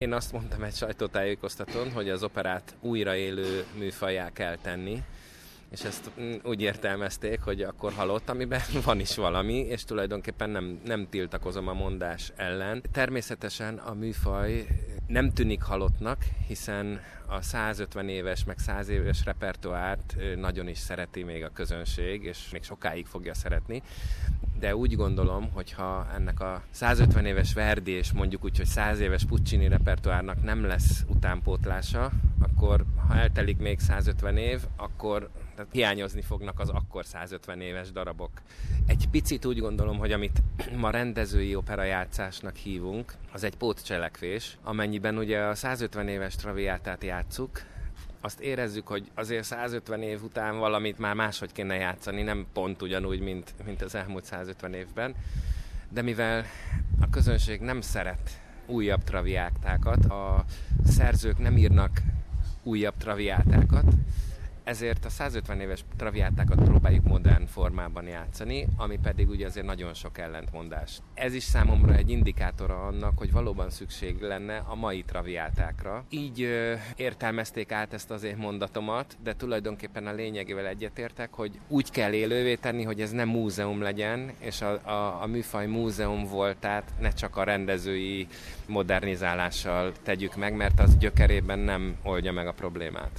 Én azt mondtam egy sajtótájékoztatón, hogy az operát újraélő műfajjá kell tenni, és ezt úgy értelmezték, hogy akkor halott, amiben van is valami, és tulajdonképpen nem tiltakozom a mondás ellen. Természetesen a műfaj nem tűnik halottnak, hiszen a 150 éves, meg 100 éves repertoárt nagyon is szereti még a közönség, és még sokáig fogja szeretni. De úgy gondolom, hogy ha ennek a 150 éves Verdi és mondjuk úgy, hogy 100 éves Puccini repertoárnak nem lesz utánpótlása, akkor ha eltelik még 150 év, akkor hiányozni fognak az akkor 150 éves darabok. Egy picit úgy gondolom, hogy amit ma rendezői operajátszásnak hívunk, az egy pótcselekvés, amennyiben ugye a 150 éves Traviatát játsszuk, azt érezzük, hogy azért 150 év után valamit már máshogy kéne játszani, nem pont ugyanúgy, mint az elmúlt 150 évben. De mivel a közönség nem szeret újabb traviátákat, a szerzők nem írnak újabb traviátákat, ezért a 150 éves traviátákat próbáljuk modern formában játszani, ami pedig ugye azért nagyon sok ellentmondás. Ez is számomra egy indikátora annak, hogy valóban szükség lenne a mai traviátákra. Így értelmezték át ezt az én mondatomat, de tulajdonképpen a lényegével egyetértek, hogy úgy kell élővé tenni, hogy ez nem múzeum legyen, és a műfaj múzeum voltát ne csak a rendezői modernizálással tegyük meg, mert az gyökerében nem oldja meg a problémát.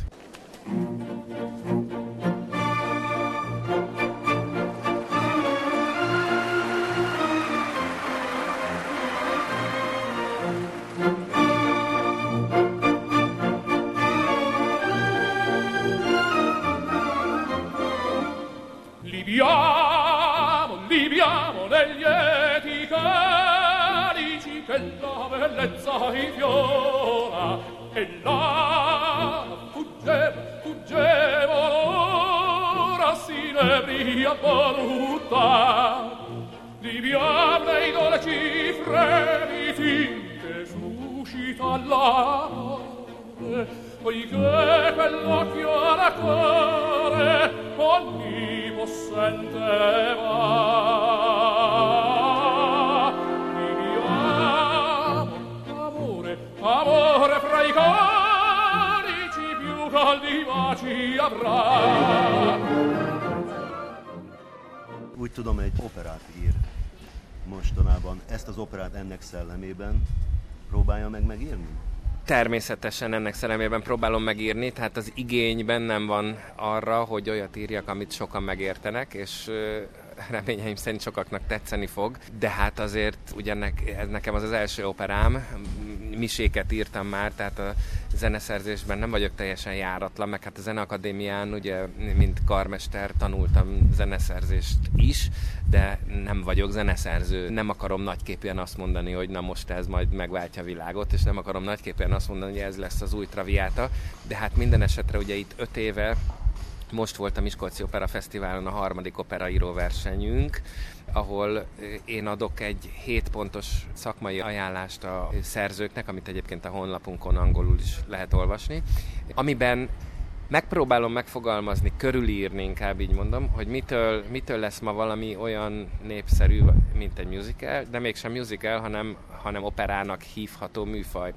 Libiamo negli eti calici che la bellezza infiora e là fuggevo l'ora si ne brilla voluta Libiamo nei dolci fremiti che suscita l'amore poiché quell'occhio alla cuore onnipossente va. Viviamo, amore fra i conici più caldi baci avrà. Úgy tudom, egy operát ír mostanában. Ezt az operát ennek szellemében próbálja meg megírni? Természetesen ennek szellemében próbálom megírni, tehát az igény bennem van arra, hogy olyat írjak, amit sokan megértenek, és reményeim szerint sokaknak tetszeni fog, de hát azért ugye nekem az első operám, miséket írtam már, tehát a zeneszerzésben nem vagyok teljesen járatlan, meg hát a Zeneakadémián ugye, mint karmester tanultam zeneszerzést is, de nem vagyok zeneszerző. Nem akarom nagyképűen azt mondani, hogy na most ez majd megváltja a világot, és nem akarom nagyképűen azt mondani, hogy ez lesz az új Traviata, de hát minden esetre ugye itt 5 éve most volt a Miskolci Opera Fesztiválon a 3. operaíró versenyünk, ahol én adok egy 7 pontos szakmai ajánlást a szerzőknek, amit egyébként a honlapunkon angolul is lehet olvasni, amiben megpróbálom megfogalmazni, körülírni, inkább így mondom, hogy mitől lesz ma valami olyan népszerű, mint egy musical, de mégsem musical, hanem operának hívható műfaj.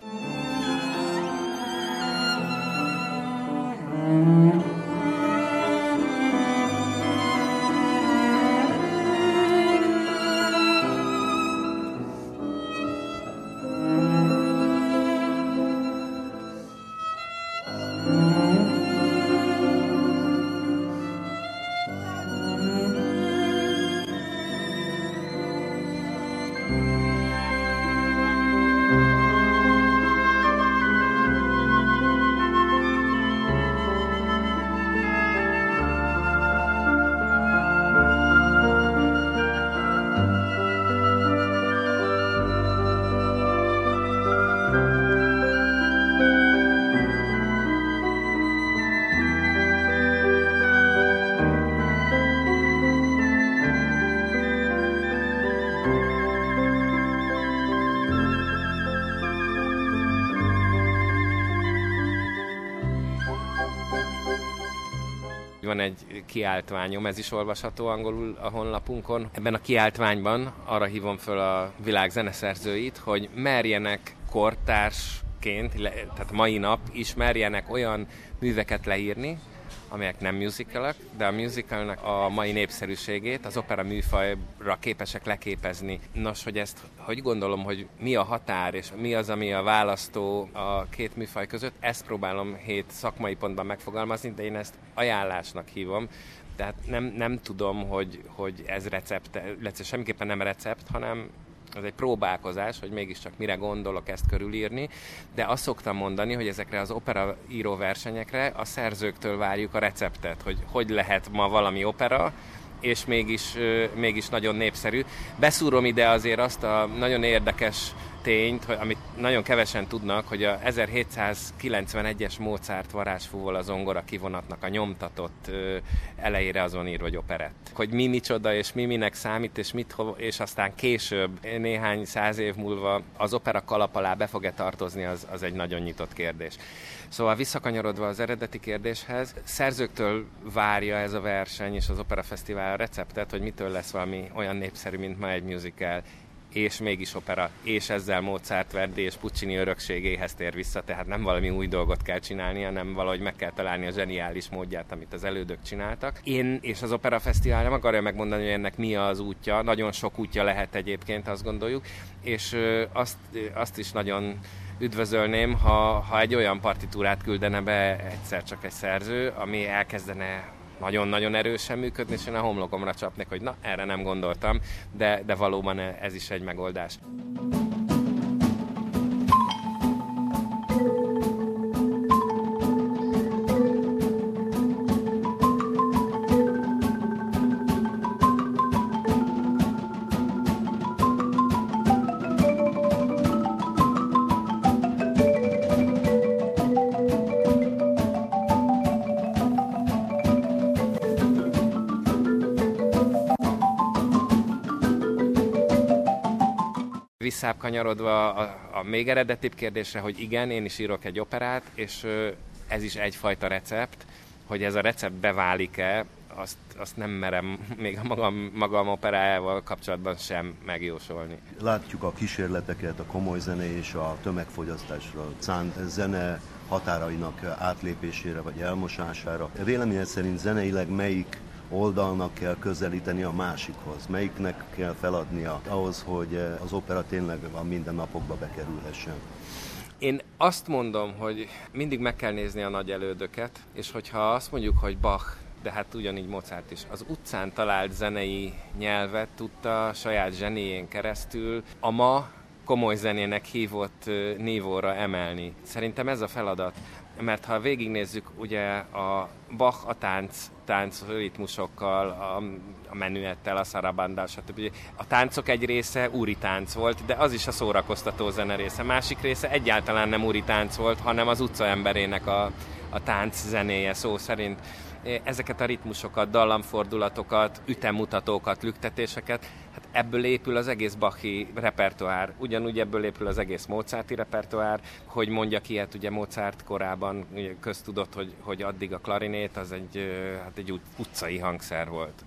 Van egy kiáltványom, ez is olvasható angolul a honlapunkon. Ebben a kiáltványban arra hívom föl a világ zeneszerzőit, hogy merjenek kortárs, másként, tehát mai nap ismerjenek olyan műveket leírni, amelyek nem musicalak, de a musicalnak a mai népszerűségét az opera műfajra képesek leképezni. Nos, hogy ezt hogy gondolom, hogy mi a határ, és mi az, ami a választó a két műfaj között, ezt próbálom 7 szakmai pontban megfogalmazni, de én ezt ajánlásnak hívom. Tehát nem tudom, hogy ez recept, semmiképpen nem recept, hanem ez egy próbálkozás, hogy mégiscsak mire gondolok ezt körülírni, de azt szoktam mondani, hogy ezekre az opera író versenyekre a szerzőktől várjuk a receptet, hogy lehet ma valami opera, és mégis nagyon népszerű. Beszúrom ide azért azt a nagyon érdekes tényt, amit nagyon kevesen tudnak, hogy a 1791-es Mozart varázsfúvól a zongora kivonatnak a nyomtatott elejére azon ír, hogy operett. Hogy mi micsoda, és mi minek számít, és aztán később, néhány 100 év múlva az opera kalap alá be fog-e tartozni, az egy nagyon nyitott kérdés. Szóval visszakanyarodva az eredeti kérdéshez, szerzőktől várja ez a verseny és az Opera Fesztivál a receptet, hogy mitől lesz valami olyan népszerű, mint ma egy musical, és mégis opera, és ezzel Mozart, Verdi és Puccini örökségéhez tér vissza, tehát nem valami új dolgot kell csinálni, hanem valahogy meg kell találni a zseniális módját, amit az elődök csináltak. Én és az Opera Fesztivál nem akarja megmondani, hogy ennek mi az útja, nagyon sok útja lehet egyébként, azt gondoljuk, és azt is nagyon üdvözölném, ha egy olyan partitúrát küldene be egyszer csak egy szerző, ami elkezdene nagyon-nagyon erősen működni, és én a homlokomra csapnék, hogy na, erre nem gondoltam, de valóban ez is egy megoldás. Visszább kanyarodva a még eredetibb kérdésre, hogy igen, én is írok egy operát, és ez is egyfajta recept, hogy ez a recept beválik-e, azt nem merem még a magam operájával kapcsolatban sem megjósolni. Látjuk a kísérleteket, a komoly zene és a tömegfogyasztásra szánt zene határainak átlépésére vagy elmosására. Véleményed szerint zeneileg melyik oldalnak kell közelíteni a másikhoz? Melyiknek kell feladnia ahhoz, hogy az opera tényleg a mindennapokba bekerülhessen? Én azt mondom, hogy mindig meg kell nézni a nagy elődöket, és hogyha azt mondjuk, hogy Bach, de hát ugyanígy Mozart is, az utcán talált zenei nyelvet tudta saját zsenién keresztül a ma komoly zenének hívott nívóra emelni. Szerintem ez a feladat. Mert ha végignézzük, ugye a Bach a tánc ritmusokkal, a menüettel, a szarabandával, stb. A táncok egy része úri tánc volt, de az is a szórakoztató zene része. Másik része egyáltalán nem úri tánc volt, hanem az utca emberének a tánc zenéje szó szerint. Ezeket a ritmusokat, dallamfordulatokat, ütemmutatókat, lüktetéseket, hát ebből épül az egész Bachi repertoár. Ugyanúgy ebből épül az egész Mozarti repertoár, hogy mondjak ilyet, ugye Mozart korában köztudott, hogy addig a klarinét az egy utcai hangszer volt.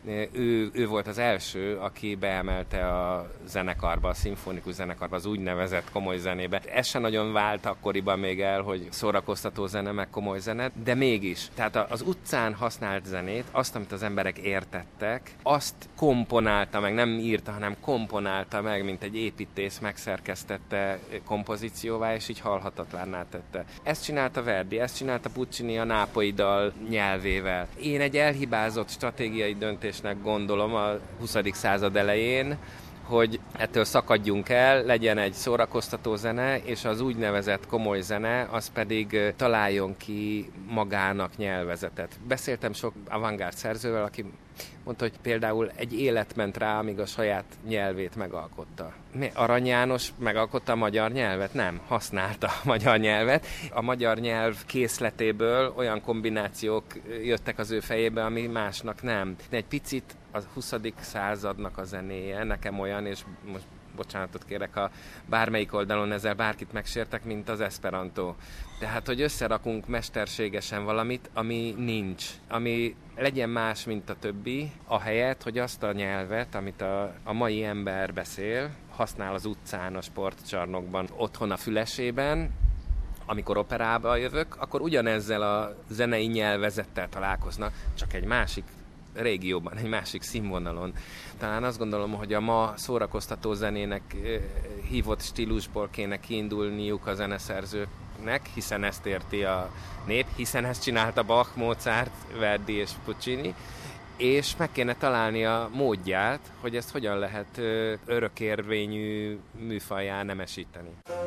Ő volt az első, aki beemelte a zenekarba, a szimfonikus zenekarba, az úgynevezett komoly zenébe. Ez se nagyon vált akkoriban még el, hogy szórakoztató zene, meg komoly zene, de mégis. Tehát az utcán használt zenét, azt, amit az emberek értettek, azt komponálta meg, nem írta, hanem komponálta meg, mint egy építész megszerkesztette kompozícióvá, és így halhatatlanná tette. Ezt csinálta Verdi, ezt csinálta Puccini a nápolyi dal nyelvével. Én egy elhibázott stratégiai döntésnek gondolom a 20. század elején, hogy ettől szakadjunk el, legyen egy szórakoztató zene, és az úgynevezett komoly zene, az pedig találjon ki magának nyelvezetet. Beszéltem sok avantgárd szerzővel, aki mondta, hogy például egy élet ment rá, amíg a saját nyelvét megalkotta. Arany János megalkotta a magyar nyelvet? Nem, használta a magyar nyelvet. A magyar nyelv készletéből olyan kombinációk jöttek az ő fejébe, ami másnak nem. Egy picit a 20. századnak a zenéje, nekem olyan, és most bocsánatot kérek, ha bármelyik oldalon ezzel bárkit megsértek, mint az esperanto. Tehát, hogy összerakunk mesterségesen valamit, ami nincs, ami legyen más, mint a többi, ahelyett, hogy azt a nyelvet, amit a mai ember beszél, használ az utcán, a sportcsarnokban, otthon a fülesében, amikor operába jövök, akkor ugyanezzel a zenei nyelvezettel találkoznak, csak egy másik régióban, egy másik színvonalon. Talán azt gondolom, hogy a ma szórakoztató zenének hívott stílusból kéne kiindulniuk a zeneszerzőknek, hiszen ezt érti a nép, hiszen ezt csinálta Bach, Mozart, Verdi és Puccini, és meg kéne találni a módját, hogy ezt hogyan lehet örökérvényű műfajjá nemesíteni.